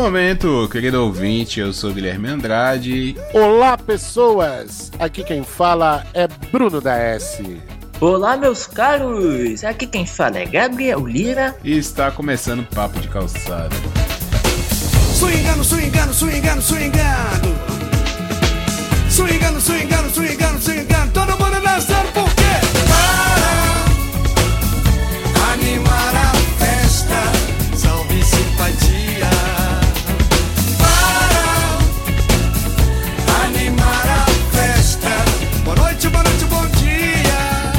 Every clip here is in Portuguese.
momento, querido ouvinte, eu sou Guilherme Andrade. Olá, pessoas! Aqui quem fala é Bruno da S. Olá, meus caros! Aqui quem fala é Gabriel Lira. E está começando o Papo de Calçada. Swingando, swingando, swingando, swingando. Swingando, swingando, swingando, swingando. Todo mundo dançando por quê? Para animar a festa, salve simpatia. Para animar a festa. Boa noite, bom dia.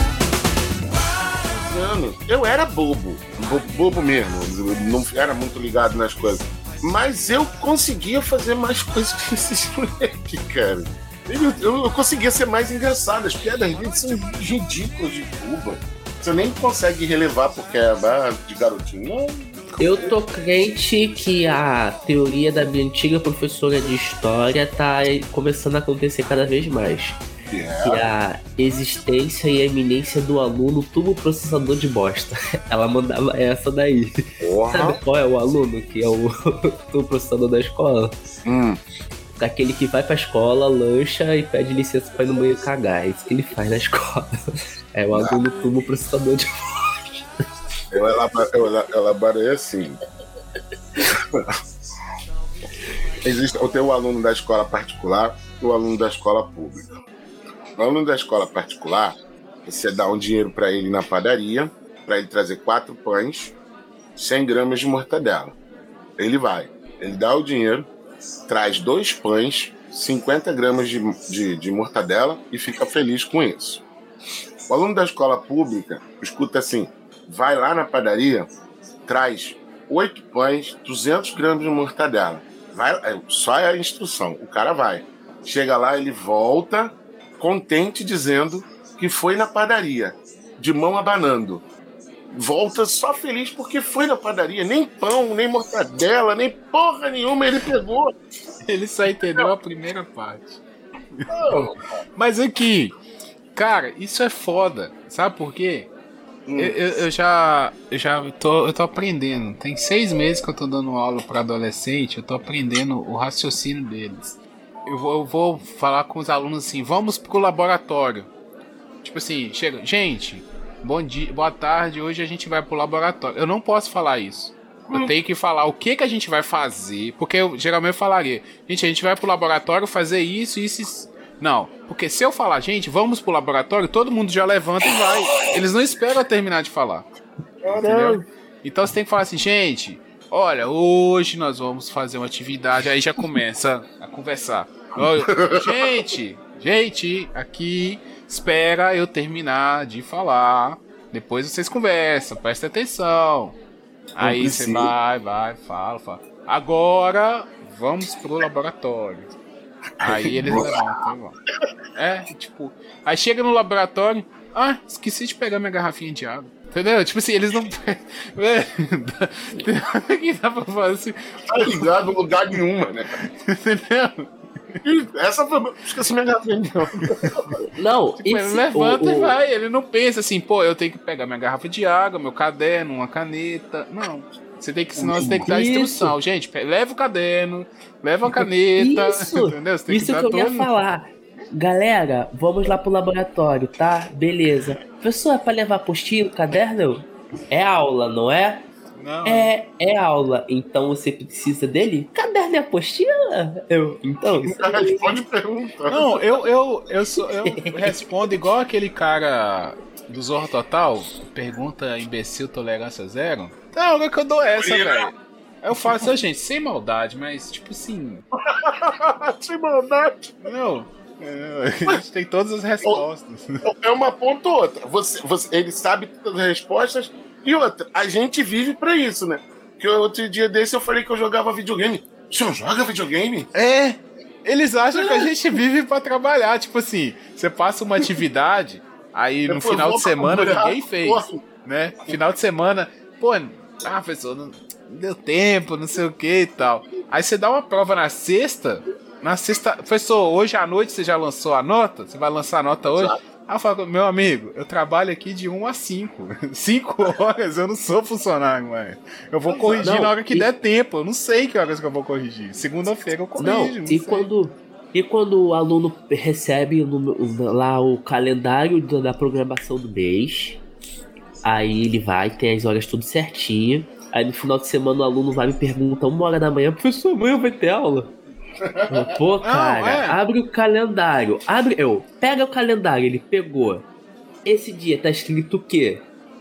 Eu era bobo mesmo, não era muito ligado nas coisas. Mas eu conseguia fazer mais coisas que esses moleques, cara. Eu conseguia ser mais engraçado. As piadas deles são ridículas de Cuba. Você nem consegue relevar porque é de garotinho. Não. Eu tô crente que a teoria da minha antiga professora de história tá começando a acontecer cada vez mais. Que a existência e a eminência do aluno tubo processador de bosta. Ela mandava essa daí. Porra. Sabe qual é o aluno que é o tubo processador da escola? Daquele que vai pra escola, lancha e pede licença pra ir no banheiro cagar. É isso que ele faz na escola. É o aluno tubo processador de bosta. Eu elaborei assim. Eu tenho o aluno da escola particular e o aluno da escola pública. O aluno da escola particular, você dá um dinheiro para ele na padaria, para ele trazer 4 pães, 100 gramas de mortadela. Ele dá o dinheiro, traz 2 pães, 50 gramas de mortadela e fica feliz com isso. O aluno da escola pública escuta assim, vai lá na padaria, traz 8 pães, 200 gramas de mortadela. Só é a instrução, o cara vai. Chega lá, ele volta contente dizendo que foi na padaria, de mão abanando. Volta só feliz porque foi na padaria. Nem pão, nem mortadela, nem porra nenhuma ele pegou. Ele só entendeu a primeira parte. Mas aqui, cara, isso é foda. Sabe por quê? Eu tô aprendendo. Tem 6 meses que eu tô dando aula pra adolescente. Eu tô aprendendo o raciocínio deles. Eu vou falar com os alunos assim, vamos pro laboratório. Tipo assim, chega, gente, bom dia, boa tarde, hoje a gente vai pro laboratório. Eu não posso falar isso. Eu tenho que falar o que a gente vai fazer, porque geralmente eu falaria, gente, a gente vai pro laboratório fazer isso. Não, porque se eu falar, gente, vamos pro laboratório, todo mundo já levanta e vai. Eles não esperam eu terminar de falar. Entendeu? Então você tem que falar assim, gente, olha, hoje nós vamos fazer uma atividade. Aí já começa a conversar. Gente, aqui, espera eu terminar de falar. Depois vocês conversam, prestem atenção. Aí você vai, fala. Agora, vamos pro laboratório. Aí eles levantam e vão. Aí chega no laboratório. Ah, esqueci de pegar minha garrafinha de água. Entendeu? Tipo assim, eles não. Que dá pra fazer assim. Tá ligado no lugar nenhuma, né? Entendeu? Essa foi. Esqueci minha garrafinha de água. Não, tipo, ele levanta e vai. Ele não pensa assim, pô, eu tenho que pegar minha garrafa de água, meu caderno, uma caneta. Não. Senão você tem que dar instrução. Gente, leva o caderno, leva a caneta. Isso, entendeu? Você tem isso que eu ia falar. Galera, vamos lá pro laboratório, tá? Beleza. Professor, é pra levar apostila, caderno? É aula, não é? Não. É aula. Então você precisa dele? Caderno e apostila? Então. O cara responde pergunta. Não, eu respondo igual aquele cara do Zorro Total. Pergunta imbecil, tolerância zero. Não, é que eu dou essa, velho. Eu faço assim, gente, sem maldade, mas tipo assim. Sem maldade. Não. A gente tem todas as respostas. É uma ponta ou outra. Ele sabe todas as respostas. E outra, a gente vive pra isso, né? Que outro dia desse eu falei que eu jogava videogame. O senhor joga videogame? Eles acham que a gente vive pra trabalhar. Tipo assim, você passa uma atividade, aí no final de semana ninguém fez. Né? Final de semana, professor, não deu tempo, não sei o que e tal. Aí você dá uma prova na sexta. Professor, hoje à noite você já lançou a nota? Você vai lançar a nota hoje? Aí eu falo, meu amigo, eu trabalho aqui de 1 a 5. 5 horas eu não sou funcionário, mas eu vou corrigir na hora que der tempo. Eu não sei que horas que eu vou corrigir. Segunda-feira eu corrijo. E quando o aluno recebe lá o calendário da programação do mês, aí ele vai, tem as horas tudo certinho. Aí no final de semana o aluno vai me perguntar 1h da manhã, professor, amanhã vai ter aula? Pô, cara, abre o calendário. Pega o calendário, ele pegou. Esse dia tá escrito o quê?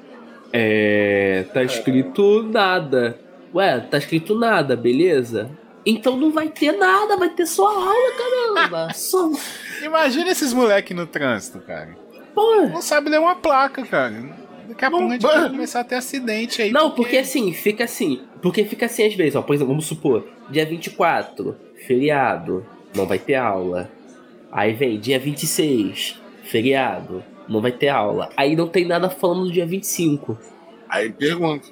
Tá escrito nada. Ué, tá escrito nada, beleza? Então não vai ter nada, vai ter só aula, caramba. Imagina esses moleques no trânsito, cara. Pô. Não sabe ler uma placa, cara. Daqui a pouco a gente vai começar a ter acidente aí. Não, porque fica assim às vezes, ó. Por exemplo, vamos supor, dia 24, feriado, não vai ter aula. Aí vem dia 26, feriado, não vai ter aula. Aí não tem nada falando do dia 25. Aí pergunta.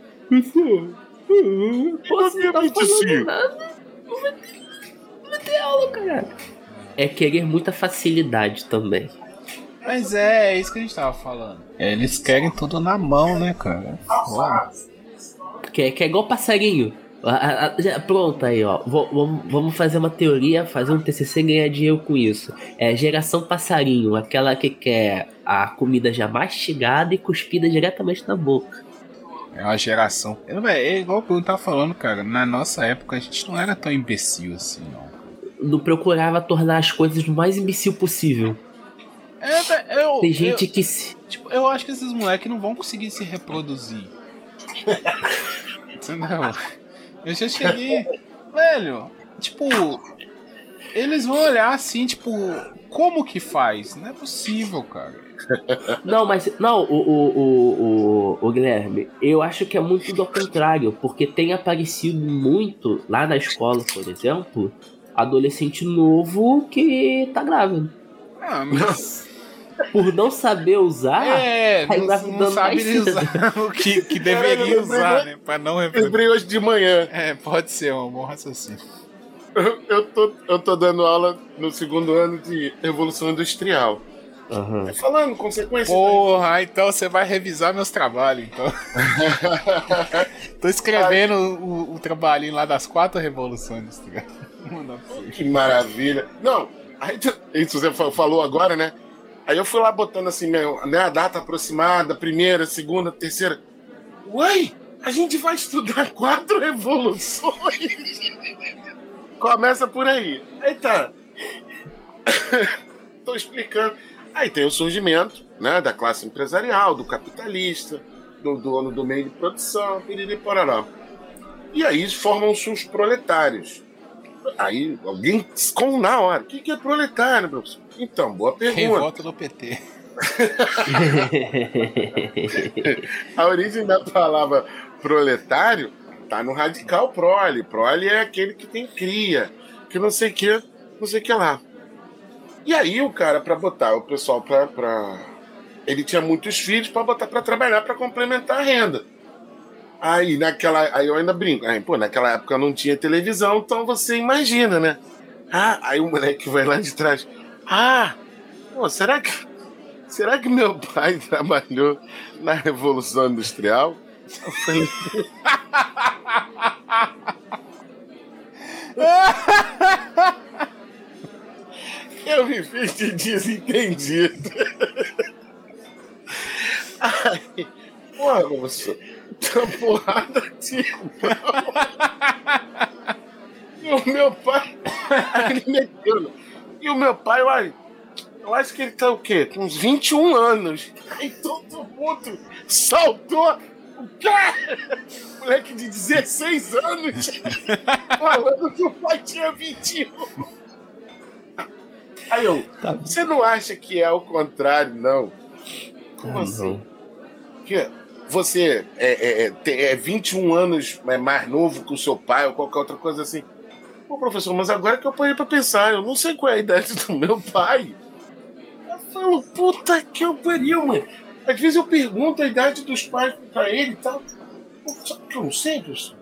Você não tá falando nada? Não vai ter aula, cara. É querer muita facilidade também. Mas é isso que a gente tava falando. Eles querem tudo na mão, né, cara? Que é igual passarinho. Pronto, aí, ó. Vamos fazer uma teoria, fazer um TCC e ganhar dinheiro com isso. Geração passarinho, aquela que quer a comida já mastigada e cuspida diretamente na boca. É uma geração. É igual o que eu tava falando, cara. Na nossa época a gente não era tão imbecil assim, não. Não procurava tornar as coisas o mais imbecil possível. Tem gente que se... Tipo, eu acho que esses moleques não vão conseguir se reproduzir. Entendeu? Eu já cheguei... Velho, tipo... Eles vão olhar assim, tipo... Como que faz? Não é possível, cara. Não, mas... Não, o Guilherme, eu acho que é muito do contrário. Porque tem aparecido muito, lá na escola, por exemplo, adolescente novo que tá grávido. Ah, mas... Por não saber usar, tá não sabe usar o que deveria usar, né? Pra não reproduzir. Lembrei hoje de manhã. Pode ser um bom raciocínio. Eu tô dando aula no 2º ano de Revolução Industrial. Uhum. Falando consequências. Porra, então você vai revisar meus trabalhos, então. Tô escrevendo o trabalhinho lá das 4 revoluções industriais. Que maravilha. Não, isso você falou agora, né? Aí eu fui lá botando assim, né, a data aproximada, 1ª, 2ª, 3ª. Uai, a gente vai estudar 4 revoluções. Começa por aí. Aí tá. Tô explicando. Aí tem o surgimento, né, da classe empresarial, do capitalista, do dono do meio de produção, piriri porará. E aí formam-se os proletários. Aí alguém com na hora. O que é proletário, professor? Então, boa pergunta. Quem vota no PT? A origem da palavra proletário tá no radical prole. Prole é aquele que tem cria, que não sei que lá. E aí o cara, pra botar o pessoal pra... Ele tinha muitos filhos pra botar pra trabalhar, pra complementar a renda. Aí eu ainda brinco. Naquela época não tinha televisão, então você imagina, né? Aí o moleque vai lá de trás. Será que meu pai trabalhou na Revolução Industrial? Eu falei... Eu me fiz de desentendido. Porra, professor. Tá porrada de E o meu pai... Ele meteu. E o meu pai, olha... Eu acho que ele tá o quê? Com uns 21 anos. Aí todo mundo saltou. O cara... Moleque de 16 anos. Falando que o pai tinha 21. Aí você não acha que é o contrário, não? Como assim? Que você é 21 anos mais novo que o seu pai ou qualquer outra coisa assim. Pô, professor, mas agora que eu parei pra pensar, eu não sei qual é a idade do meu pai. Eu falo, puta que eu pariu, mano. Às vezes eu pergunto a idade dos pais pra ele e tal. Só que eu não sei, professor.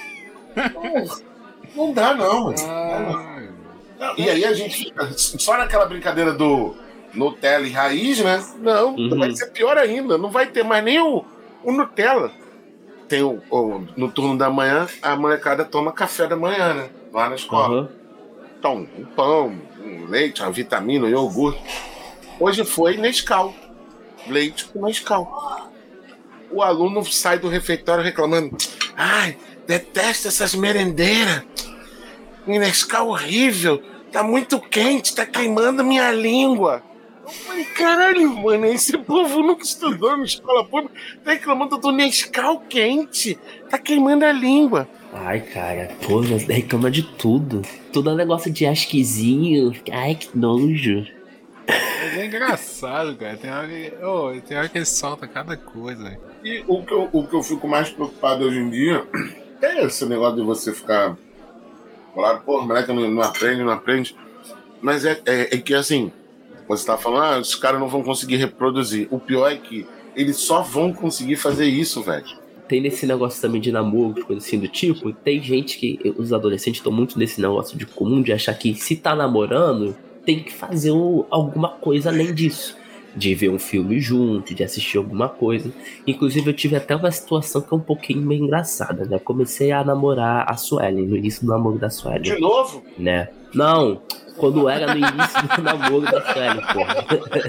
Não dá, não, mano. E aí a gente fica só naquela brincadeira do Nutella e raiz, né? Não, vai ser pior ainda. Não vai ter mais nem o Nutella. Tem no turno da manhã, a molecada toma café da manhã, né? Lá na escola. Então, um pão, um leite, uma vitamina, um iogurte. Hoje foi Nescau. Leite com Nescau. O aluno sai do refeitório reclamando: ai, detesto essas merendeiras. Nescau horrível. Tá muito quente, tá queimando minha língua. Eu falei, caralho, mano, esse povo nunca estudou na escola pública, tá reclamando do Nescau quente, tá queimando a língua. Ai, cara, pô, reclama de tudo. Tudo é um negócio de asquizinho. Ai, que nojo. Mas é engraçado, cara. Tem hora que ele solta cada coisa. E o que eu fico mais preocupado hoje em dia é esse negócio de você ficar falando, pô, o moleque não aprende. Mas é que assim, você tá falando, os caras não vão conseguir reproduzir. O pior é que eles só vão conseguir fazer isso, velho. Tem nesse negócio também de namoro, coisa assim do tipo, tem gente que, os adolescentes estão muito nesse negócio de comum, de achar que se tá namorando, tem que fazer alguma coisa além disso. De ver um filme junto, de assistir alguma coisa. Inclusive eu tive até uma situação que é um pouquinho meio engraçada, né? Comecei a namorar a Suelen, no início do namoro da Suelen. De novo? Né? Não, quando era no início do namoro da Suelen, porra.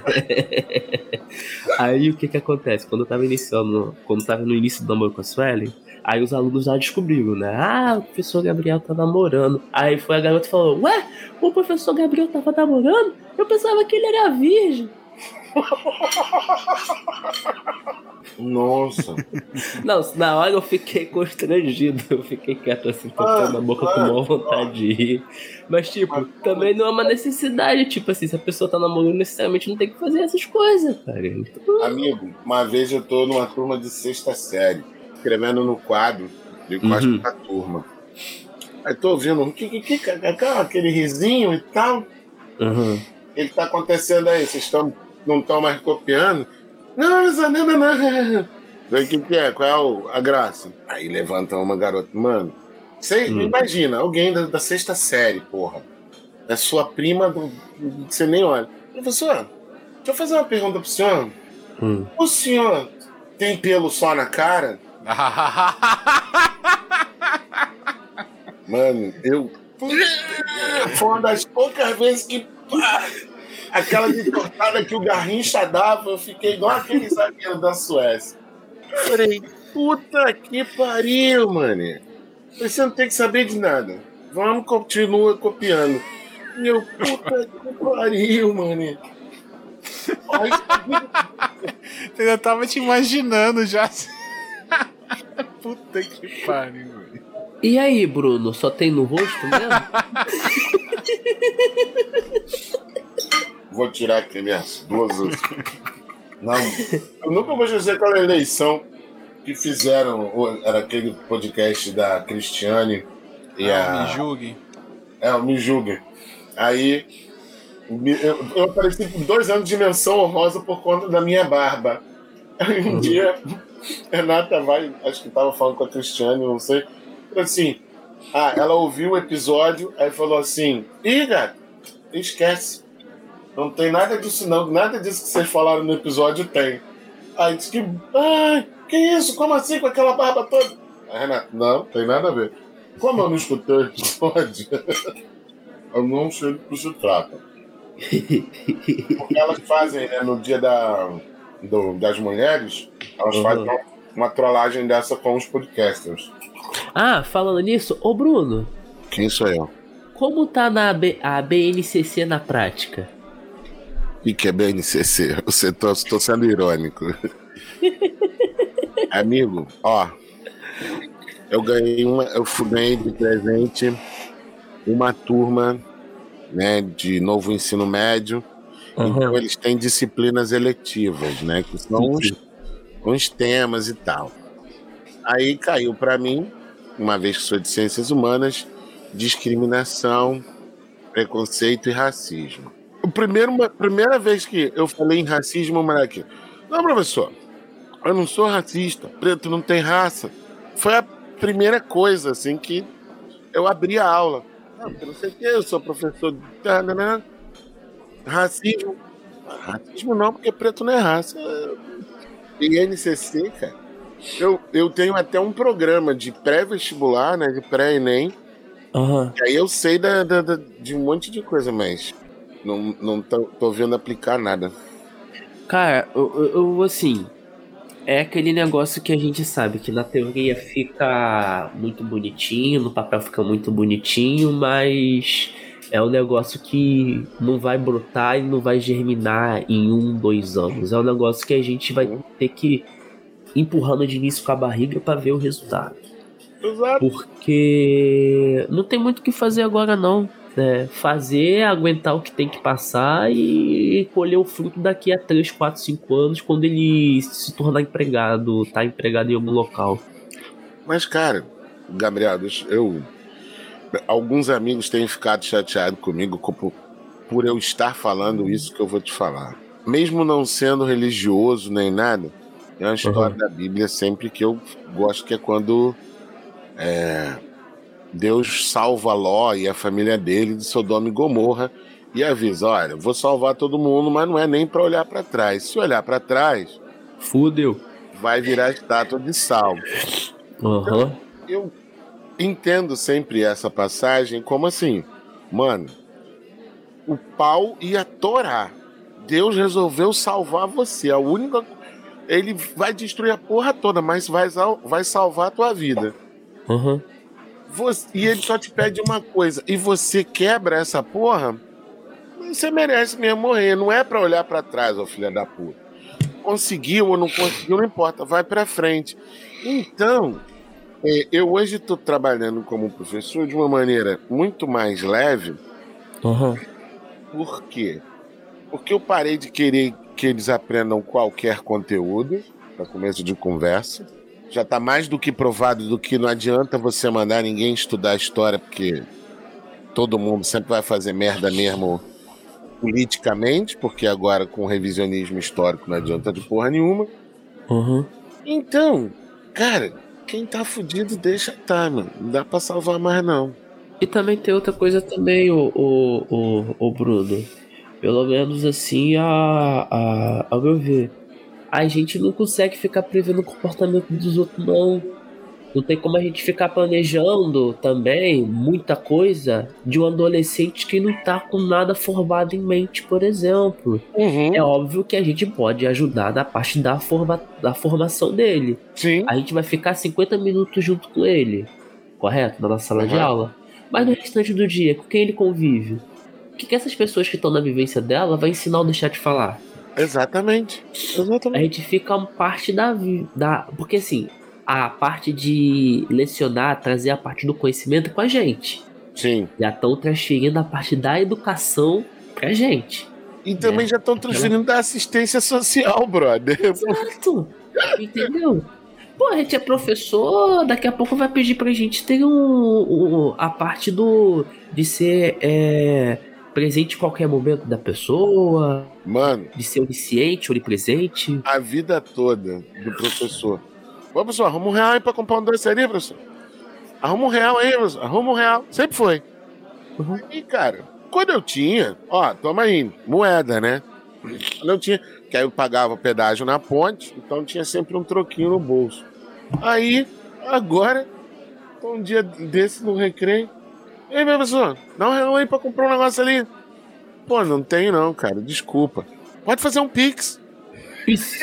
Aí o que acontece? Quando eu tava no início do namoro com a Suelen, aí os alunos já descobriram, né? Ah, o professor Gabriel tá namorando. Aí foi a garota e falou: ué, o professor Gabriel tava namorando? Eu pensava que ele era virgem. Nossa. Não, na hora eu fiquei constrangido. Eu fiquei quieto assim, tampando a boca com maior vontade de rir. Mas tipo, também não é uma necessidade. Tipo assim, se a pessoa tá namorando, necessariamente não tem que fazer essas coisas, cara. Então... Amigo, uma vez eu tô numa turma de 6ª série, escrevendo no quadro de costa da turma. Aí tô ouvindo aquele risinho e tal. O que tá acontecendo aí? Vocês não estão mais copiando? Não. O que é? Qual é a graça? Aí levanta uma garota. Mano, você imagina, alguém da 6ª série, porra. É sua prima, você nem olha. Professor, deixa eu fazer uma pergunta pro senhor. O senhor tem pelo só na cara? Mano, foi uma das poucas vezes que aquela de cortada que o Garrincha dava, eu fiquei igual aquele zagueiro da Suécia. Falei, puta que pariu, mano. Você não tem que saber de nada. Vamos, continua copiando. Meu, puta que pariu, mano. Eu já tava te imaginando já. Puta que pariu, velho. E aí, Bruno, só tem no rosto mesmo? Vou tirar aqui minhas duas. Não, eu nunca vou dizer aquela eleição que fizeram. Era aquele podcast da Cristiane e a. Me julgue. O Me Julgue. Aí eu apareci por 2 anos de menção honrosa por conta da minha barba. Aí um dia, Renata acho que tava falando com a Cristiane, não sei. Assim, ela ouviu o episódio, aí falou assim: ih, gato, esquece. Não tem nada disso, não. Nada disso que vocês falaram no episódio tem. Aí disse que. Ai, que isso? Como assim com aquela barba toda? Aí, Renata, não, tem nada a ver. Como eu não escutei o episódio, eu não sei do que se trata. Porque elas fazem, né, no dia das mulheres, elas fazem uma trollagem dessa com os podcasters. Ah, falando nisso, ô Bruno. Quem sou eu? Como tá a BNCC na prática? O que é BNCC? Tô sendo irônico. Amigo, ó. Eu ganhei de presente uma turma, né, de novo ensino médio. Então eles têm disciplinas eletivas, né, que são uns temas e tal. Aí caiu para mim, uma vez que sou de ciências humanas, discriminação, preconceito e racismo. Primeira vez que eu falei em racismo, moleque, não, professor, eu não sou racista, preto não tem raça. Foi a primeira coisa, assim, que eu abri a aula. Não sei o que, eu sou professor de racismo. Racismo não, porque preto não é raça. E NCC, cara, eu tenho até um programa de pré-vestibular, né, de pré-ENEM. E aí eu sei de um monte de coisa, mas não tô vendo aplicar nada. Cara, eu assim, é aquele negócio que a gente sabe que na teoria fica muito bonitinho, no papel fica muito bonitinho, mas é um negócio que não vai brotar e não vai germinar em 1-2 anos. É um negócio que a gente vai ter que ir empurrando de início com a barriga para ver o resultado. Exato. Porque não tem muito o que fazer agora não. Fazer, aguentar o que tem que passar e colher o fruto daqui a 3, 4, 5 anos, quando ele se tornar empregado, tá empregado em algum local. Mas, cara, Gabriel, alguns amigos têm ficado chateados comigo por eu estar falando isso que eu vou te falar. Mesmo não sendo religioso nem nada, é uma história da Bíblia sempre que eu gosto, que é quando Deus salva Ló e a família dele de Sodoma e Gomorra e avisa, olha, vou salvar todo mundo, mas não é nem para olhar para trás. Se olhar para trás, fudeu, vai virar estátua de sal. Então, eu entendo sempre essa passagem como assim, mano, o pau ia torar. Deus resolveu salvar você. A única, ele vai destruir a porra toda, mas vai salvar a tua vida. E ele só te pede uma coisa, e você quebra essa porra, você merece mesmo morrer. Não é pra olhar pra trás, ó filha da puta. Conseguiu ou não conseguiu, não importa, vai pra frente. Então, eu hoje tô trabalhando como professor de uma maneira muito mais leve. Por quê? Porque eu parei de querer que eles aprendam qualquer conteúdo, para começo de conversa. Já está mais do que provado do que não adianta você mandar ninguém estudar história, porque todo mundo sempre vai fazer merda mesmo politicamente, porque agora com o revisionismo histórico não adianta de porra nenhuma. Então, cara, quem tá fudido deixa tá, mano. Não dá pra salvar mais, não. E também tem outra coisa também, o Bruno. Pelo menos assim, ao meu ver, a gente não consegue ficar prevendo o comportamento dos outros, não. Não tem como a gente ficar planejando também muita coisa de um adolescente que não tá com nada formado em mente, por exemplo. É óbvio que a gente pode ajudar na parte da formação dele. Sim. A gente vai ficar 50 minutos junto com ele, correto? Na nossa sala de aula. Mas no restante do dia, com quem ele convive? O que essas pessoas que estão na vivência dela vai ensinar ou deixar de falar? Exatamente. A gente fica uma parte porque assim, a parte de lecionar, trazer a parte do conhecimento com a gente. Sim. Já estão transferindo a parte da educação pra gente. E também já estão transferindo da assistência social, brother. Exato. Entendeu? Pô, a gente é professor, daqui a pouco vai pedir pra gente ter a parte de ser presente em qualquer momento da pessoa. Mano. De ser onisciente, onipresente. A vida toda do professor. Ô, professor, arruma R$1 aí pra comprar um doce ali, professor. Arruma R$1 aí, professor. Arruma R$1. Sempre foi. E, cara, quando eu tinha... Ó, toma aí, moeda, né? Quando eu tinha... Que aí eu pagava pedágio na ponte, então tinha sempre um troquinho no bolso. Aí, agora, um dia desse no recreio... Ei, meu professor, dá R$1 aí pra comprar um negócio ali. Pô, não tenho não, cara, desculpa. Pode fazer um Pix. Isso.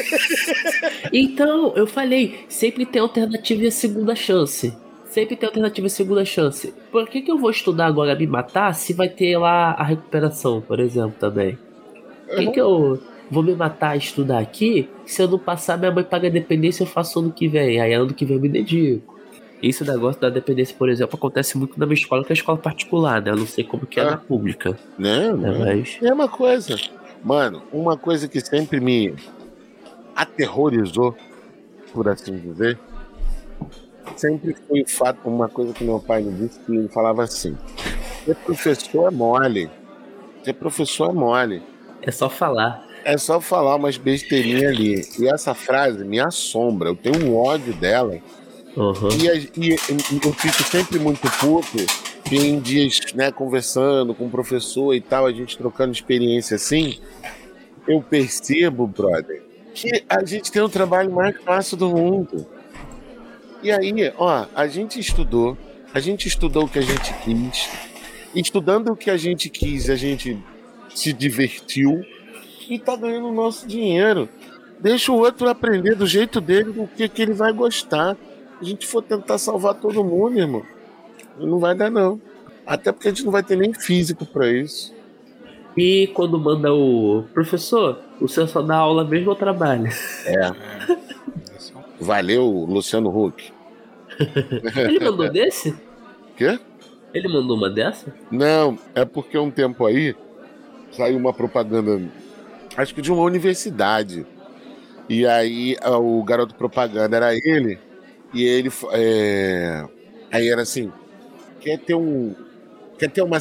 Então, eu falei, sempre tem alternativa e a segunda chance. Sempre tem alternativa e a segunda chance. Por que eu vou estudar agora me matar se vai ter lá a recuperação, por exemplo, também? Por que eu vou me matar e estudar aqui? Se eu não passar, minha mãe paga a dependência, eu faço ano que vem. Aí ano que vem eu me dedico. Esse negócio da dependência, por exemplo, acontece muito na minha escola, que é a escola particular, né? Eu não sei como que é na pública. Não, mas... é uma coisa. Mano, uma coisa que sempre me aterrorizou, por assim dizer, sempre foi o fato, uma coisa que meu pai me disse, que ele falava assim: ser professor é mole. Ser professor é mole. É só falar. É só falar umas besteirinhas ali. E essa frase me assombra. Eu tenho um ódio dela. E eu fico sempre muito puto em dias, né, conversando com o professor e tal, a gente trocando experiência assim. eu percebo, brother, que a gente tem o trabalho mais fácil do mundo. E aí, ó, a gente estudou o que a gente quis. Estudando o que a gente quis, a gente se divertiu e tá ganhando o nosso dinheiro. Deixa o outro aprender do jeito dele, do que ele vai gostar. Se a gente for tentar salvar todo mundo, irmão, não vai dar, não. Até porque a gente não vai ter nem físico pra isso. E quando manda o professor, o senhor só dá aula mesmo ou trabalha? Valeu, Luciano Huck. Ele mandou desse? Quê? Ele mandou uma dessa? Não, é porque um tempo aí saiu uma propaganda, acho que de uma universidade. E aí o garoto propaganda era ele. E ele aí era assim: quer ter uma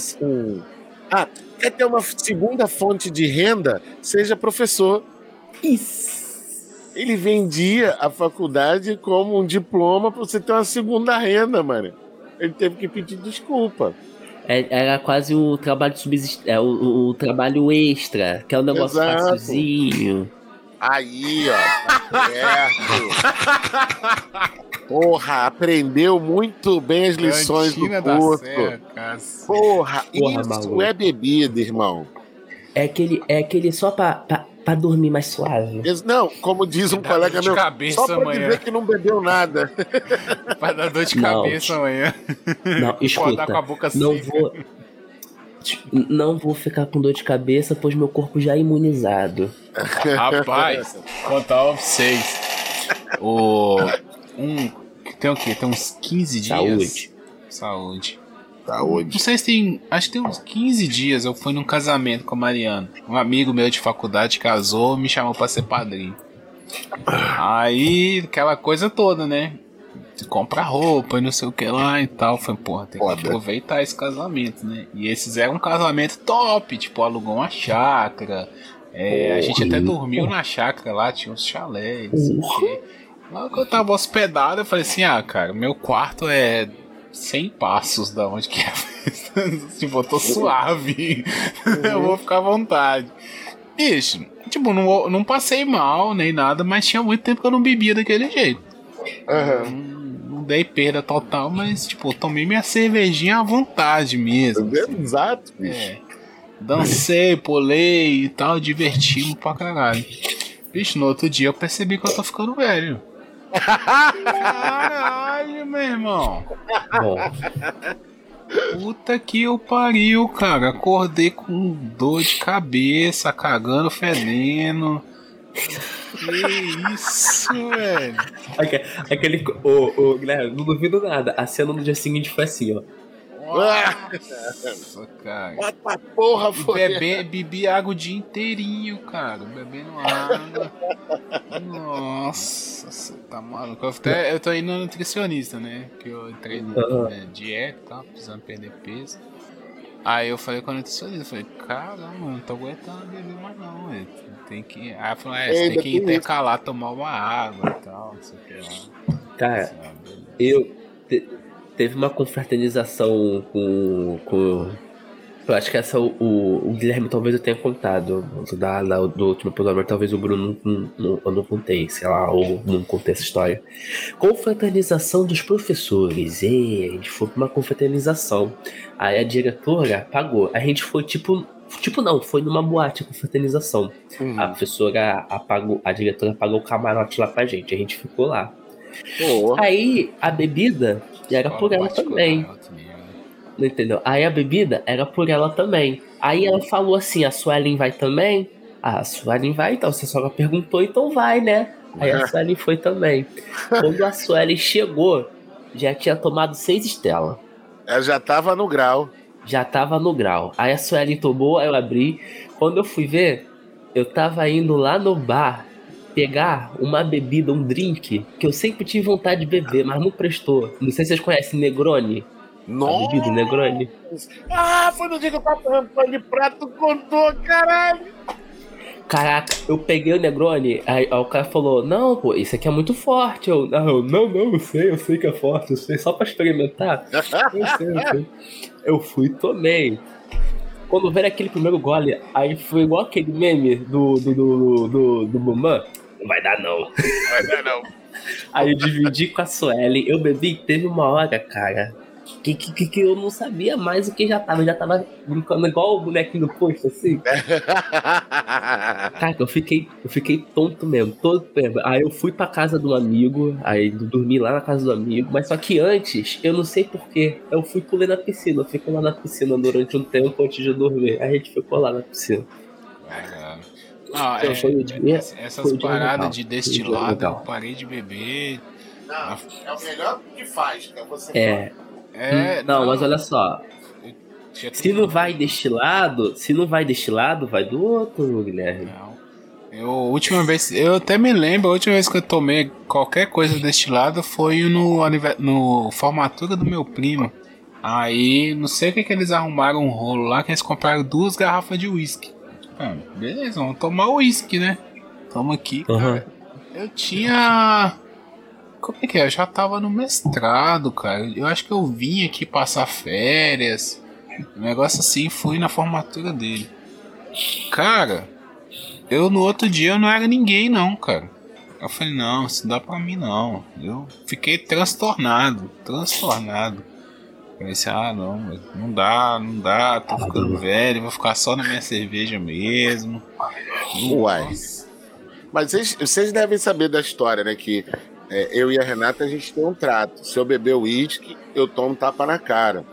segunda fonte de renda, seja professor. Isso. Ele vendia a faculdade como um diploma para você ter uma segunda renda, mano. Ele teve que pedir desculpa. Era quase o trabalho de subsistência, o trabalho extra, que é um negócio facilzinho. Aí, ó, tá certo. Porra, aprendeu muito bem as lições do curso. Porra, isso maluco. É bebida, irmão. É aquele só pra dormir mais suave. Não, como diz um colega meu, só pra amanhã. dizer que não bebeu nada. Pra dar dor de cabeça amanhã. Não, escuta, com a boca não vou ficar com dor de cabeça, pois meu corpo já é imunizado. Rapaz, contar pra vocês. Tem o quê? Tem uns 15 dias. Saúde. Não sei se tem. Acho que tem uns 15 dias eu fui num casamento com a Mariana. Um amigo meu de faculdade casou, me chamou pra ser padrinho. Aí, aquela coisa toda, né? Compra roupa e não sei o que lá e tal. Foi, porra, tem que aproveitar esse casamento, né? E esses eram um casamento top, tipo, alugou uma chácara. A gente até dormiu na chácara lá, tinha uns chalés, não sei o quê. Lá que eu tava hospedado, eu falei assim: cara, meu quarto é 100 passos da onde que é. Tipo, eu tô suave. Eu vou ficar à vontade. Bicho, tipo, não passei mal nem nada, mas tinha muito tempo que eu não bebia daquele jeito. Não dei perda total, mas, tipo, eu tomei minha cervejinha à vontade mesmo. Exato, bicho. Dancei, pulei e tal, divertimos pra caralho. Bicho, no outro dia eu percebi que eu tô ficando velho. Caralho, meu irmão. Bom. Puta que eu pariu, cara. Acordei com dor de cabeça, cagando, fedendo. Que isso, velho. Guilherme, não duvido nada. A cena no dia seguinte foi assim, ó. Nossa, cara. Bota porra, bebi água o dia inteirinho, cara. Bebendo água. Nossa, você tá maluco. Eu tô indo no nutricionista, né? Que eu entrei na dieta e tal, precisando perder peso. Aí eu falei com a nutricionista, falei, caramba, não tô aguentando beber mais não, velho. Tem que. Aí ela falou, você tem que intercalar, tomar uma água e tal, não sei o que lá. Cara, teve uma confraternização com eu acho que essa o Guilherme talvez eu tenha contado do último programa, talvez o Bruno eu não contei, sei lá, ou não contei essa história. Confraternização dos professores. E a gente foi pra uma confraternização. Aí a diretora pagou. A gente foi foi numa boate a confraternização. A professora a diretora pagou o camarote lá pra gente. A gente ficou lá. Aí a bebida era por ela também. Não entendeu? Aí a bebida era por ela também. Aí ela falou assim: a Suelen vai também? A Suelen vai, então. Você só perguntou, então vai, né? Aí a Suelen foi também. Quando a Suelen chegou, já tinha tomado 6 Stella. Ela já tava no grau. Aí a Suelen tomou, aí eu abri. Quando eu fui ver, eu tava indo lá no bar pegar uma bebida, um drink, que eu sempre tive vontade de beber, mas não prestou. Não sei se vocês conhecem Negroni. Nossa! A bebida Negroni. Foi no dia que eu tava falando pão de prato, contou, caralho! Caraca, eu peguei o Negroni, aí o cara falou, não, pô, isso aqui é muito forte. Eu sei que é forte, eu sei, só pra experimentar. Eu sei. Eu fui e tomei. quando veio aquele primeiro gole, aí foi igual aquele meme do Muman. Não vai dar não. Vai dar não. Aí eu dividi com a Suelen, eu bebi, teve uma hora, cara, que eu não sabia mais o que já tava. Eu já tava brincando igual o bonequinho do posto, assim. Cara, eu fiquei tonto mesmo, todo mesmo. Aí eu fui pra casa de um amigo, aí dormi lá na casa do amigo, mas só que antes, eu não sei porquê, eu fui pular na piscina. Eu fiquei lá na piscina durante um tempo antes de dormir. Aí a gente ficou lá na piscina. Não, essas paradas de destilado, eu parei de beber. Não, é o melhor que faz, né? Você não, mas olha só. Se não vai destilado, vai do outro, Guilherme. Eu até me lembro, a última vez que eu tomei qualquer coisa destilada foi no formatura do meu primo. Aí, não sei o que eles arrumaram um rolo lá, que eles compraram 2 garrafas de uísque. Beleza, vamos tomar uísque, né? Toma aqui, cara. Eu tinha... Como é que é? Eu já tava no mestrado, cara. Eu acho que eu vim aqui passar férias. Um negócio assim, fui na formatura dele. Cara, eu no outro dia eu não era ninguém não, cara. Eu falei, não, isso não dá pra mim não. Eu fiquei transtornado. Falei assim, não dá, tô ficando velho, vou ficar só na minha cerveja mesmo. Uai. Mas vocês devem saber da história, né? Que eu e a Renata, a gente tem um trato. Se eu beber uísque, eu tomo tapa na cara.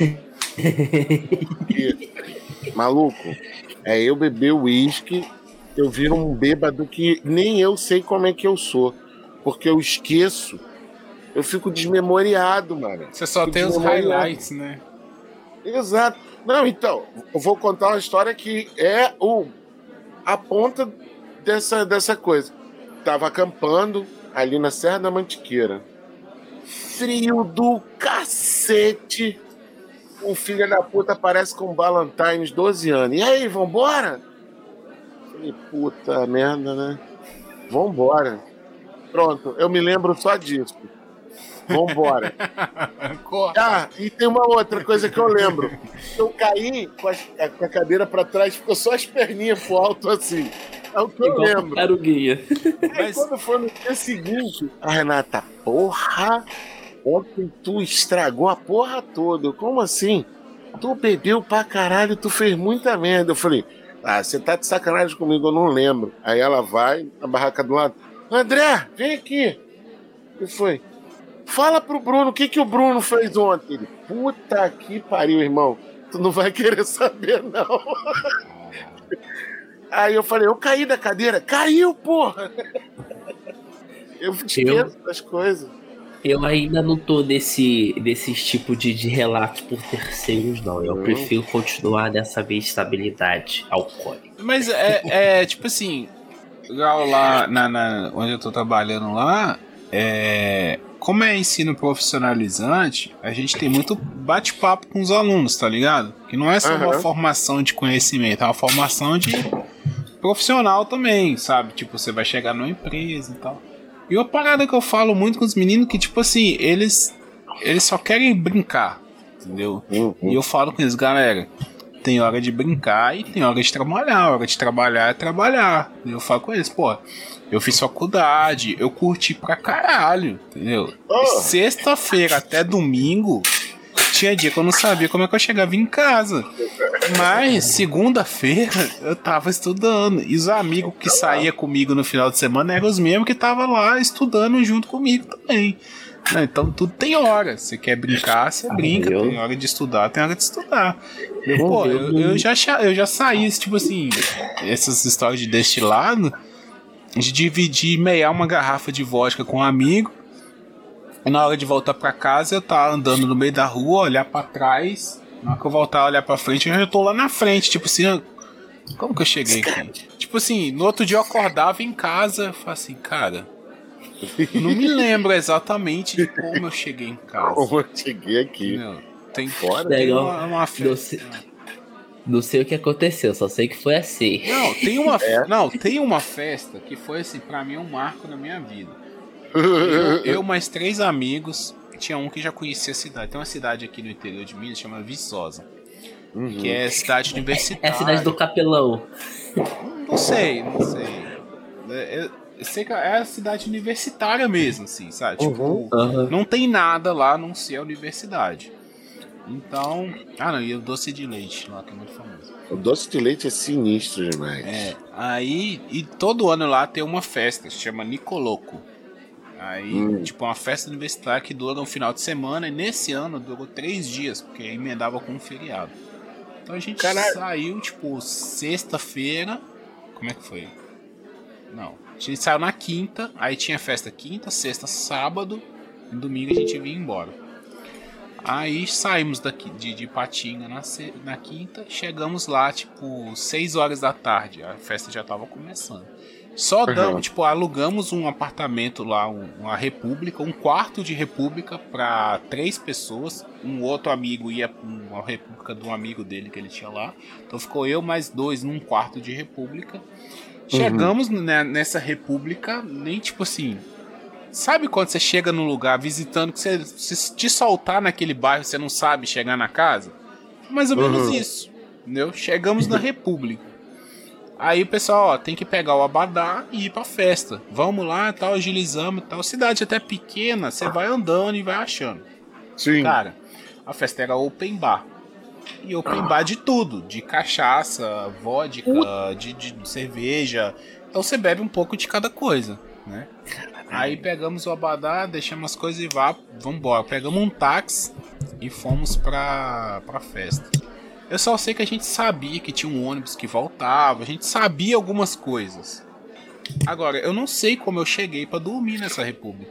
Maluco, eu beber uísque, eu viro um bêbado que nem eu sei como é que eu sou. Porque eu esqueço. Eu fico desmemoriado, mano. Você só tem os highlights, né? Exato. Não, então, eu vou contar uma história que é a ponta dessa coisa. Tava acampando ali na Serra da Mantiqueira. Frio do cacete. Um filho da puta aparece com Ballantines, 12 anos. E aí, vambora? Falei, puta merda, né? Vambora. Pronto, eu me lembro só disso. Vambora. E tem uma outra coisa que eu lembro. Eu caí com a cadeira pra trás, ficou só as perninhas pro alto assim. É o que eu lembro. Era o guia. Aí quando foi no dia seguinte, a Renata, porra, ontem tu estragou a porra toda. Como assim? Tu bebeu pra caralho, tu fez muita merda. Eu falei, você tá de sacanagem comigo, eu não lembro. Aí ela vai na barraca do lado, André, vem aqui. O que foi? Fala pro Bruno o que o Bruno fez ontem. Ele, puta que pariu, irmão. Tu não vai querer saber, não. Aí eu falei, eu caí da cadeira. Caiu, porra! Eu esqueço das coisas. Eu ainda não tô desses tipo de relato por terceiros, não. Eu prefiro continuar nessa estabilidade alcoólica. Mas tipo assim, lá onde eu tô trabalhando lá, como é ensino profissionalizante, a gente tem muito bate-papo com os alunos, tá ligado? Que não é só uma formação de conhecimento, é uma formação de profissional também, sabe? Tipo, você vai chegar numa empresa e tal. E uma parada que eu falo muito com os meninos, que tipo assim, eles só querem brincar, entendeu? E eu falo com eles, galera, tem hora de brincar e tem hora de trabalhar. A hora de trabalhar é trabalhar. E eu falo com eles, pô, eu fiz faculdade, eu curti pra caralho, entendeu? Sexta-feira até domingo, tinha dia que eu não sabia como é que eu chegava em casa. Mas segunda-feira eu tava estudando. E os amigos que saíam comigo no final de semana eram os mesmos que estavam lá estudando junto comigo também. Então tudo tem hora. Você quer brincar, você brinca. Tem hora de estudar, tem hora de estudar. Pô, eu já saí, tipo assim, essas histórias de destilado, de dividir meia uma garrafa de vodka com um amigo. E na hora de voltar pra casa, eu tava andando no meio da rua, olhar pra trás. Na hora que eu voltar a olhar pra frente, eu já tô lá na frente. Tipo assim, como que eu cheguei aqui? Tipo assim, no outro dia eu acordava em casa, eu falava assim, cara, eu não me lembro exatamente de como eu cheguei em casa. Como eu cheguei aqui? Tem uma festa. Não sei o que aconteceu, só sei que foi assim. Tem uma festa que foi assim, pra mim, um marco na minha vida. Eu mais 3 amigos, tinha um que já conhecia a cidade. Tem uma cidade aqui no interior de Minas, chama Viçosa. que é cidade universitária. É a cidade do Capelão. Não sei. Eu sei que é a cidade universitária mesmo, assim, sabe? Tipo, não tem nada lá a não ser a universidade. Então... não, e o doce de leite lá, que é muito famoso. O doce de leite é sinistro demais. Aí... E todo ano lá tem uma festa, se chama Nicoloco. Aí, tipo, uma festa universitária que dura um final de semana. E nesse ano durou 3 dias, porque emendava com um feriado. Então a gente saiu, tipo, sexta-feira... Como é que foi? Não. A gente saiu na quinta, aí tinha festa quinta, sexta, sábado, e domingo a gente vinha embora. Aí saímos daqui de Patinga na quinta, chegamos lá, tipo, 6 horas da tarde, a festa já tava começando. Só damos, tipo, alugamos um apartamento lá, uma república, um quarto de república para 3 pessoas. Um outro amigo ia pra uma república de um amigo dele que ele tinha lá. Então ficou eu mais 2 num quarto de república. Chegamos nessa república, nem tipo assim... Sabe quando você chega num lugar visitando, que você se te soltar naquele bairro, você não sabe chegar na casa? Mais ou menos isso, entendeu? Chegamos na república. Aí o pessoal, tem que pegar o abadá e ir pra festa. Vamos lá, tal, agilizamos e tal. Cidade até pequena, você vai andando e vai achando. Sim. Cara, a festa era open bar. E open bar de tudo, de cachaça, vodka, de cerveja. Então você bebe um pouco de cada coisa, né? Aí pegamos o abadá, deixamos as coisas e vamos embora. Pegamos um táxi e fomos pra festa. Eu só sei que a gente sabia que tinha um ônibus que voltava, a gente sabia algumas coisas. Agora, eu não sei como eu cheguei pra dormir nessa república.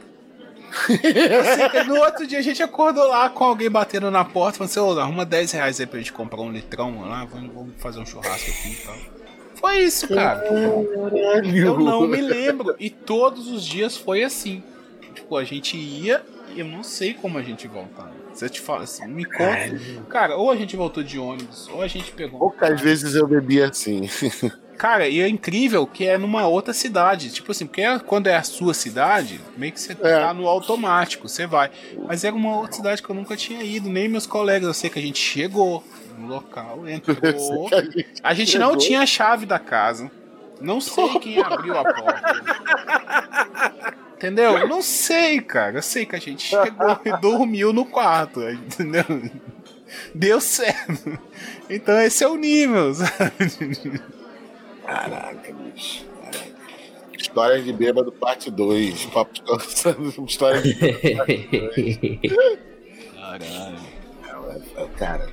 No outro dia a gente acordou lá com alguém batendo na porta, falando assim, arruma 10 reais aí pra gente comprar um litrão lá, vamos fazer um churrasco aqui e tal. Foi isso, cara. Eu não me lembro. E todos os dias foi assim. Tipo, a gente ia e eu não sei como a gente voltava. Você te fala assim, me conta. Cara, ou a gente voltou de ônibus, ou a gente pegou. Poucas vezes eu bebi assim. Cara, e é incrível que é numa outra cidade. Tipo assim, porque quando é a sua cidade, meio que você tá no automático, você vai. Mas era uma outra cidade que eu nunca tinha ido, nem meus colegas. Eu sei que a gente chegou no local, entrou. A gente não tinha a chave da casa. Não sei quem abriu a porta. Entendeu? Não sei, cara. Eu sei que a gente chegou e dormiu no quarto. Entendeu? Deu certo. Então esse é o nível, sabe? Caraca, bicho. Histórias de bêbado, parte 2. Papo História de bêbado, parte 2. Caralho. Cara.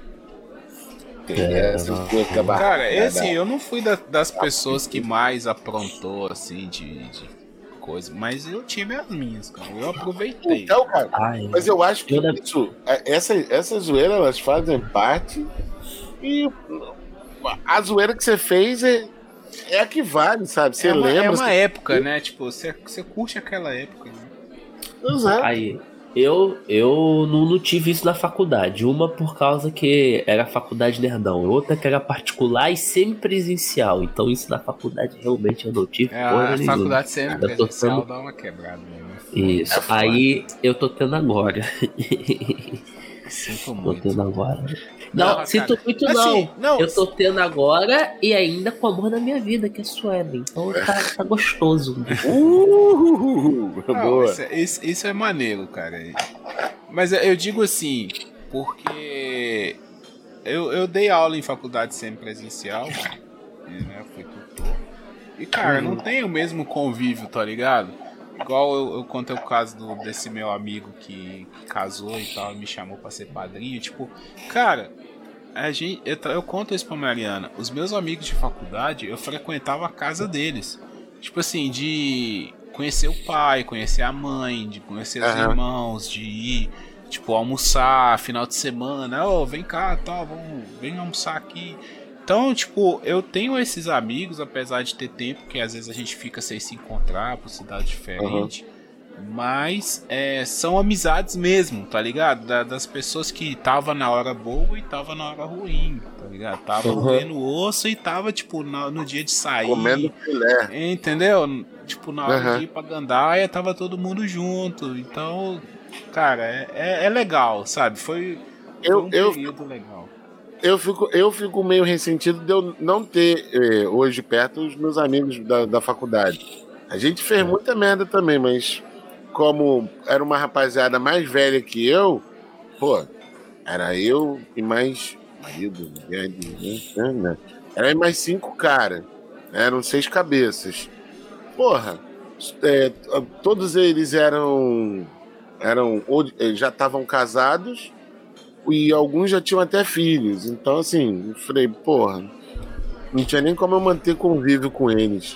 Cara, esse eu não fui das pessoas que mais aprontou, assim, de coisa. Mas eu tive as minhas, cara. Eu aproveitei. Então, cara, mas eu acho que essa zoeira, elas fazem parte. E a zoeira que você fez é a que vale, sabe? Você lembra. É uma época, né? Tipo, você curte aquela época, né? Exato. Aí, eu não tive isso na faculdade. Uma por causa que era faculdade nerdão, outra que era particular e semipresencial. Então isso na faculdade realmente eu não tive. A faculdade semipresencial dá uma quebrada mesmo. Isso. Aí eu tô tendo agora. Sinto muito. Tô tendo agora. Não, sinto muito assim, não. Eu tô tendo agora e ainda com o amor da minha vida, que é Suelen. Então tá gostoso. Boa. Isso é maneiro, cara. Mas eu digo assim, porque eu dei aula em faculdade semipresencial, né? Fui tutor. E, cara, não tem o mesmo convívio, tá ligado? Igual eu contei o caso desse meu amigo que casou e tal, me chamou pra ser padrinho. Tipo, cara, eu conto isso pra Mariana. Os meus amigos de faculdade, eu frequentava a casa deles. Tipo assim, de conhecer o pai, conhecer a mãe, de conhecer os irmãos, de ir, tipo, almoçar final de semana. Vem cá, tal, vem almoçar aqui. Então, tipo, eu tenho esses amigos, apesar de ter tempo, que às vezes a gente fica sem se encontrar por cidade diferente, mas são amizades mesmo, tá ligado? Das pessoas que tava na hora boa e tava na hora ruim, tá ligado? Tava comendo osso e tava, tipo, no dia de sair. Comendo filé. Entendeu? Tipo, na hora de ir pra gandaia, tava todo mundo junto. Então, cara, é legal, sabe? Foi um período legal. eu fico meio ressentido de eu não ter hoje perto os meus amigos da faculdade. A gente fez muita merda também, mas como era uma rapaziada mais velha que eu, pô, era eu e mais marido, né? Era mais 5 caras. Eram 6 cabeças. Porra, todos eles eram já estavam casados e alguns já tinham até filhos. Então, assim, eu falei, porra, não tinha nem como eu manter convívio com eles.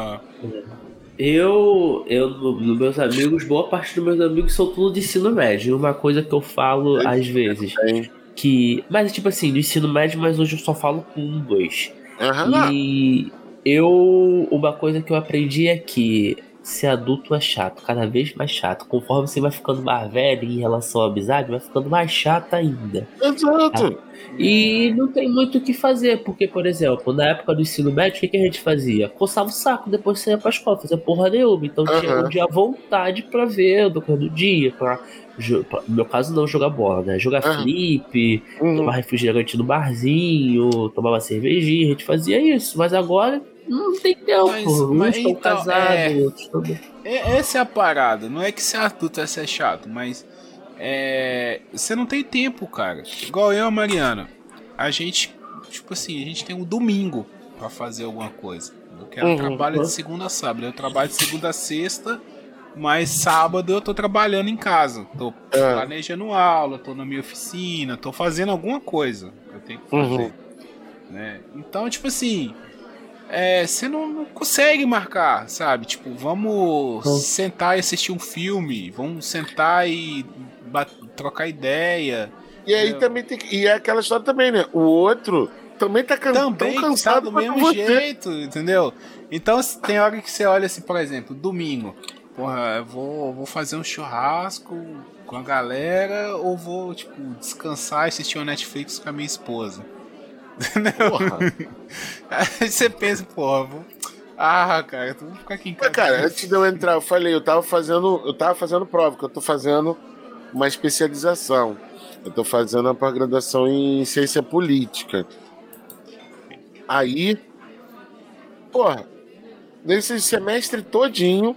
Nos meus amigos, boa parte dos meus amigos são tudo de ensino médio. Uma coisa que eu falo às vezes, mas tipo assim, do ensino médio, mas hoje eu só falo com 1, 2. E uma coisa que eu aprendi é que ser adulto é chato, cada vez mais chato. Conforme você vai ficando mais velho em relação à amizade, vai ficando mais chato ainda. Exato. E não tem muito o que fazer, porque, por exemplo, na época do ensino médio, o que a gente fazia? Coçava o saco, depois você ia pra escola, fazia porra nenhuma. Então tinha vontade pra ver o decorrer do dia, no meu caso não jogar bola, né? Jogar flip, tomar refrigerante no barzinho, tomar uma cervejinha, a gente fazia isso. Mas agora não tem tempo, uns estão casados, outros também. Essa é a parada, não é que ser adulto é ser chato, mas você não tem tempo, cara. Igual eu e a Mariana, a gente, tipo assim, a gente tem um domingo pra fazer alguma coisa. Eu trabalho de segunda a sábado, eu trabalho de segunda a sexta, mas sábado eu tô trabalhando em casa, tô planejando aula, tô na minha oficina, tô fazendo alguma coisa que eu tenho que fazer, né? Então, tipo assim, você não consegue marcar, sabe? Tipo, vamos sentar e assistir um filme, vamos sentar e trocar ideia. E aí também e é aquela história também, né? O outro também tá tão cansado do mesmo jeito, entendeu? Então tem hora que você olha assim, por exemplo, domingo, porra, eu vou fazer um churrasco com a galera ou vou, tipo, descansar e assistir uma Netflix com a minha esposa. Entendeu? Aí você pensa, porra, cara, tu vai ficar aqui em casa. Cara, antes de eu entrar, eu falei, eu tava fazendo prova, que eu tô fazendo uma especialização. Eu tô fazendo uma pós-graduação em ciência política. Aí, porra, nesse semestre todinho,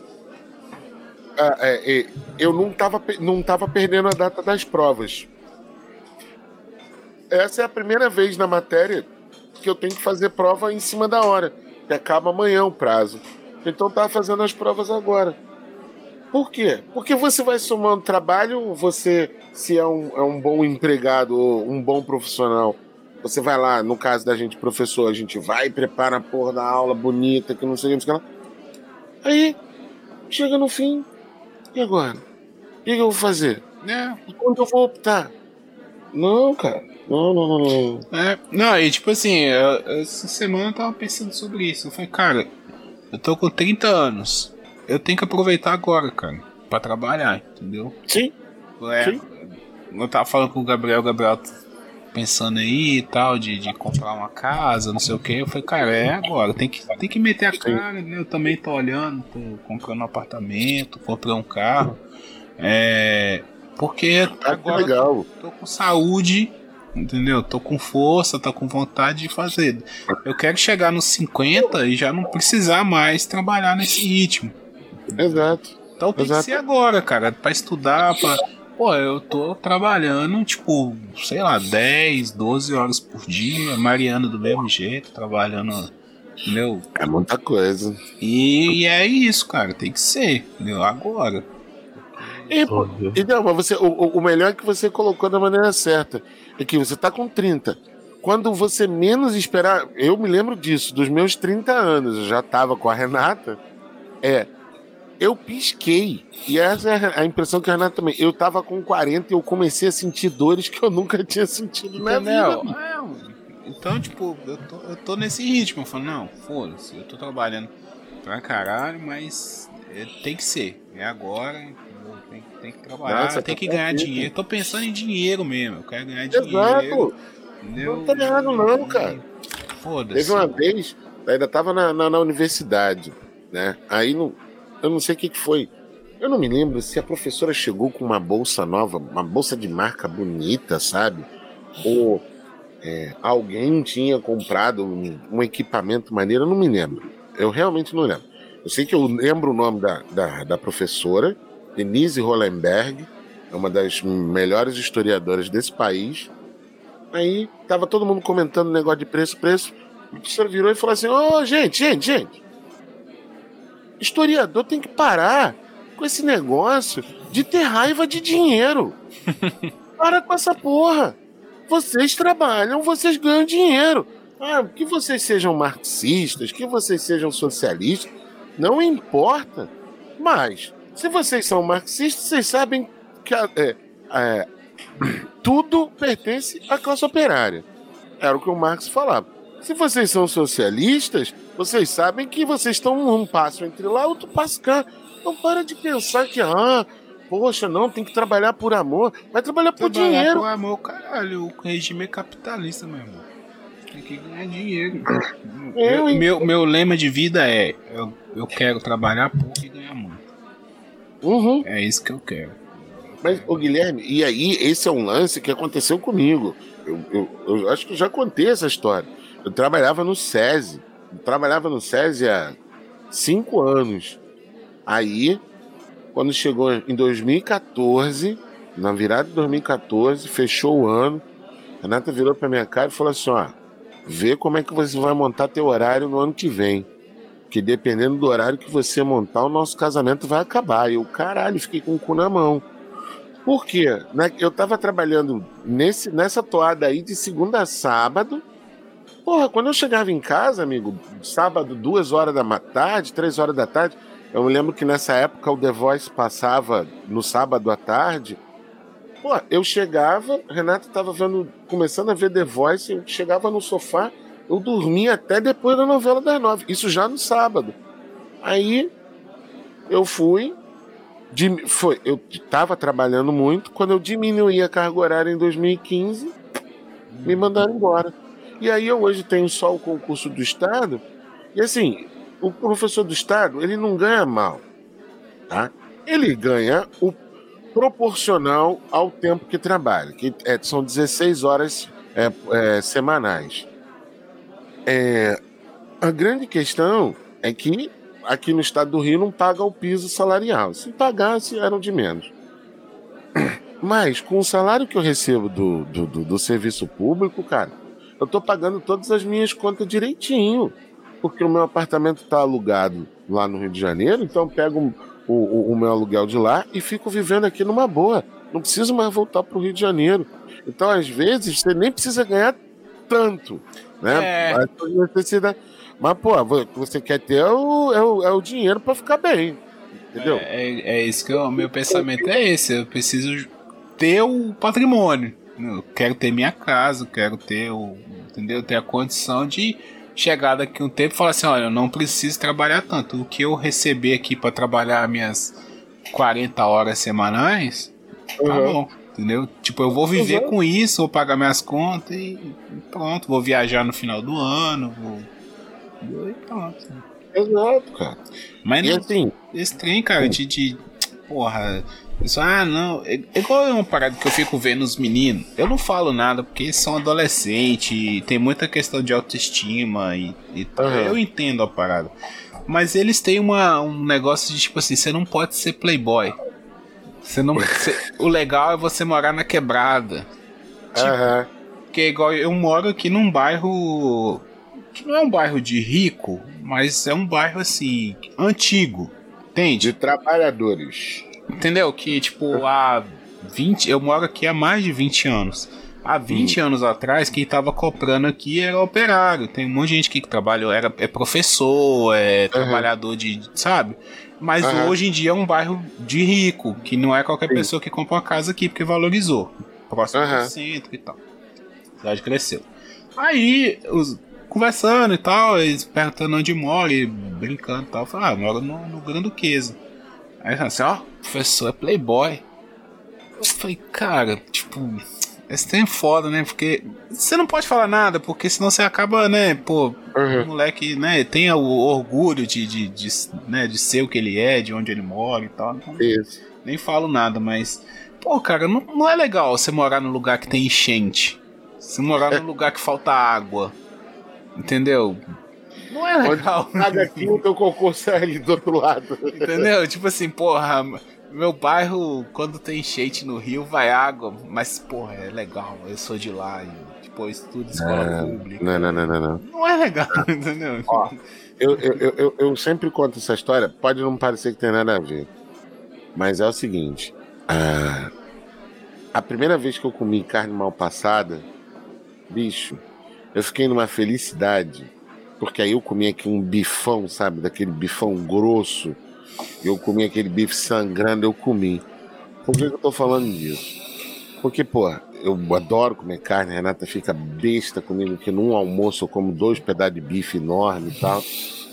eu não tava perdendo a data das provas. Essa é a primeira vez na matéria que eu tenho que fazer prova em cima da hora, que acaba amanhã o prazo. Então tá fazendo as provas agora. Por quê? Porque você vai somando trabalho, você, se é um bom empregado ou um bom profissional, você vai lá, no caso da gente, professor, a gente vai e prepara a porra da aula bonita, que não sei o que lá. Aí, chega no fim, e agora? O que eu vou fazer? E quando eu vou optar? Não, cara. Não. Não, e tipo assim, essa semana eu tava pensando sobre isso. Eu falei, cara, eu tô com 30 anos. Eu tenho que aproveitar agora, cara, pra trabalhar, entendeu? Sim. Sim. Eu tava falando com o Gabriel pensando aí e tal, de comprar uma casa, não sei o que. Eu falei, cara, agora, tem que meter a cara, né? Eu também tô olhando, tô comprando um apartamento, comprei um carro. Porque agora eu tô com saúde, entendeu? Tô com força, tô com vontade de fazer. Eu quero chegar nos 50 e já não precisar mais trabalhar nesse ritmo. Exato. Então tem que ser agora, cara, pra estudar, Pô, eu tô trabalhando, tipo, sei lá, 10, 12 horas por dia, Mariana do mesmo jeito, trabalhando, entendeu? É muita coisa. E é isso, cara, tem que ser, entendeu? Agora. Então, mas o melhor é que você colocou da maneira certa. É que você tá com 30. Quando você menos esperar, eu me lembro disso, dos meus 30 anos, eu já tava com a Renata, eu pisquei, e essa é a impressão que a Renata também, eu tava com 40 e eu comecei a sentir dores que eu nunca tinha sentido na vida. Então, tipo, eu tô nesse ritmo, eu falo, não, foda-se, eu tô trabalhando pra caralho, mas tem que ser, é agora, tem que trabalhar. Nossa, tem que ganhar dinheiro, tô pensando em dinheiro mesmo, eu quero ganhar dinheiro. Entendeu? Não tá errado não, cara. Foda-se. Teve uma vez, eu ainda tava na universidade, né, aí eu não sei o que foi. Eu não me lembro se a professora chegou com uma bolsa nova, uma bolsa de marca bonita, sabe? Ou alguém tinha comprado um equipamento maneiro, eu não me lembro. Eu realmente não lembro. Eu sei que eu lembro o nome da professora, Denise Hollenberg, é uma das melhores historiadoras desse país. Aí tava todo mundo comentando o negócio de preço. A professora virou e falou assim: gente. Historiador tem que parar com esse negócio de ter raiva de dinheiro. Para com essa porra. Vocês trabalham, vocês ganham dinheiro. Que vocês sejam marxistas, que vocês sejam socialistas, não importa. Mas, se vocês são marxistas, vocês sabem que tudo pertence à classe operária. Era o que o Marx falava. Se vocês são socialistas, vocês sabem que vocês estão um passo entre lá, outro passo cá. Então para de pensar que, poxa, não, tem que trabalhar por amor. Vai trabalhar por dinheiro. Por amor, caralho, o regime é capitalista, meu irmão. Tem que ganhar dinheiro. Meu lema de vida é: eu quero trabalhar pouco e ganhar muito. Uhum. É isso que eu quero. Mas, Guilherme, e aí, esse é um lance que aconteceu comigo. Eu acho que eu já contei essa história. Eu trabalhava no SESI. Há 5 anos. Aí, quando chegou em 2014, na virada de 2014, fechou o ano, a Renata virou pra minha cara e falou assim: vê como é que você vai montar teu horário no ano que vem. Que dependendo do horário que você montar, o nosso casamento vai acabar. E eu, caralho, fiquei com o cu na mão. Por quê? Eu tava trabalhando nessa toada aí de segunda a sábado. Porra, quando eu chegava em casa, amigo, sábado, 2 horas da tarde, 3 horas da tarde, eu me lembro que nessa época o The Voice passava no sábado à tarde. Pô, eu chegava, Renata tava começando a ver The Voice, eu chegava no sofá, eu dormia até depois da novela das 9, isso já no sábado. Aí eu eu tava trabalhando muito, quando eu diminuí a carga horária em 2015, me mandaram embora. E aí eu hoje tenho só o concurso do Estado, e assim, o professor do Estado, ele não ganha mal, tá? Ele ganha o proporcional ao tempo que trabalha, que são 16 horas semanais. A grande questão é que aqui no estado do Rio não paga o piso salarial. Se pagasse, eram de menos. Mas com o salário que eu recebo do serviço público, cara, eu tô pagando todas as minhas contas direitinho. Porque o meu apartamento tá alugado lá no Rio de Janeiro, então eu pego o meu aluguel de lá e fico vivendo aqui numa boa. Não preciso mais voltar pro Rio de Janeiro. Então, às vezes, você nem precisa ganhar tanto, né? Mas, pô, você quer ter o dinheiro pra ficar bem, entendeu? É isso que o meu pensamento é esse. Eu preciso ter o patrimônio. Eu quero ter minha casa, quero ter entendeu? Ter a condição de chegar daqui um tempo e falar assim: olha, eu não preciso trabalhar tanto. O que eu receber aqui pra trabalhar minhas 40 horas semanais, tá bom. Entendeu? Tipo, eu vou viver com isso, vou pagar minhas contas e pronto. Vou viajar no final do ano, e pronto. Exato, cara. Mas e não, assim, esse trem, cara, porra, isso, não. Igual é uma parada que eu fico vendo os meninos. Eu não falo nada porque eles são adolescentes, tem muita questão de autoestima e eu entendo a parada. Mas eles têm um negócio de tipo assim: você não pode ser playboy. O legal é você morar na quebrada. Tipo, porque igual eu moro aqui num bairro que não é um bairro de rico, mas é um bairro assim, antigo. Entende? De trabalhadores. Entendeu? Que tipo, eu moro aqui há mais de 20 anos. Há 20 anos atrás, quem tava comprando aqui era operário. Tem um monte de gente aqui que trabalha, é professor, trabalhador sabe? Mas hoje em dia é um bairro de rico, que não é qualquer pessoa que compra uma casa aqui, porque valorizou. Próximo do centro e tal. A cidade cresceu. Aí, conversando e tal, eles perguntando onde mora, e brincando e tal. Eu falei: eu moro no Granduquesa. Aí eles falaram assim: professor é playboy. Eu falei: cara, tipo, esse tempo é foda, né? Porque você não pode falar nada, porque senão você acaba, né, pô, o moleque, né, tem o orgulho de ser o que ele é, de onde ele mora e tal. Então, nem falo nada, mas, pô, cara, não é legal você morar num lugar que tem enchente. Se morar num lugar que falta água, entendeu? Não é legal. Nada aqui, o teu cocô sai ali do outro lado. Entendeu? Tipo assim, porra, meu bairro, quando tem enchente no rio, vai água, mas, porra, é legal, eu sou de lá e depois estudo escola pública. Não. Não é legal, entendeu? Ó, eu sempre conto essa história, pode não parecer que tem nada a ver, mas é o seguinte, a primeira vez que eu comi carne mal passada, bicho, eu fiquei numa felicidade, porque aí eu comi aqui um bifão, sabe, daquele bifão grosso, eu comi aquele bife sangrando, eu comi. Por que eu tô falando disso? Porque, pô, eu adoro comer carne, a Renata fica besta comigo, que num almoço eu como 2 pedaços de bife enorme e tal.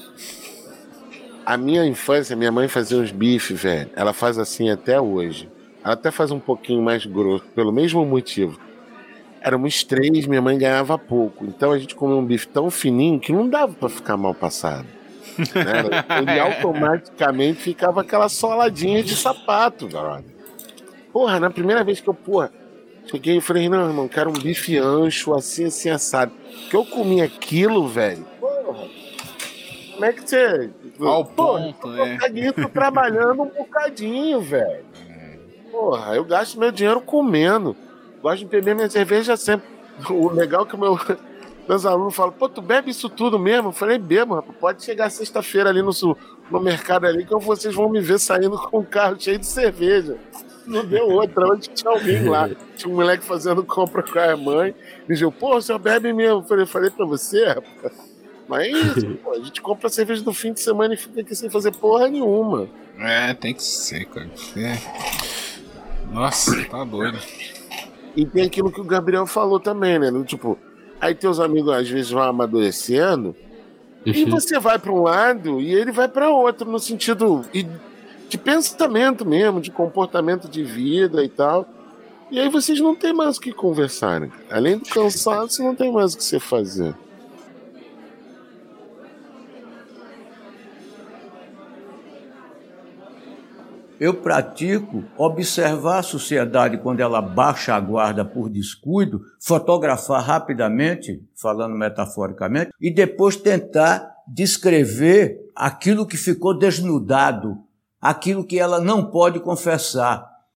A minha infância, minha mãe fazia uns bifes, velho. Ela faz assim até hoje. Ela até faz um pouquinho mais grosso, pelo mesmo motivo. Éramos 3, minha mãe ganhava pouco. Então a gente comia um bife tão fininho que não dava pra ficar mal passado. Né? Ele automaticamente ficava aquela soladinha de sapato, brother. Porra, na primeira vez que eu, cheguei e falei, não, irmão, quero um bife ancho, assim, assado. Porque eu comi aquilo, velho. Porra, como é que você... Ao ponto, né? Eu tô trabalhando um bocadinho, velho. Porra, eu gasto meu dinheiro comendo. Gosto de beber minha cerveja sempre. O legal é que meus alunos falam, pô, tu bebe isso tudo mesmo? Eu falei, bebo, rapaz. Pode chegar sexta-feira ali no mercado ali que vocês vão me ver saindo com um carro cheio de cerveja. Não deu outra, onde tinha alguém lá. Tinha um moleque fazendo compra com a mãe. Me disse, pô, o senhor bebe mesmo? Eu falei pra você, rapaz. Mas é isso, pô, a gente compra cerveja no fim de semana e fica aqui sem fazer porra nenhuma. É, tem que ser, cara. Nossa, tá doido. E tem aquilo que o Gabriel falou também, né? Tipo, aí teus amigos às vezes vão amadurecendo e você vai pra um lado e ele vai pra outro, no sentido de pensamento mesmo, de comportamento de vida e tal. E aí vocês não tem mais o que conversar, né? Além do cansaço, não tem mais o que você fazer. Eu pratico observar a sociedade quando ela baixa a guarda por descuido, fotografar rapidamente, falando metaforicamente, e depois tentar descrever aquilo que ficou desnudado, aquilo que ela não pode confessar.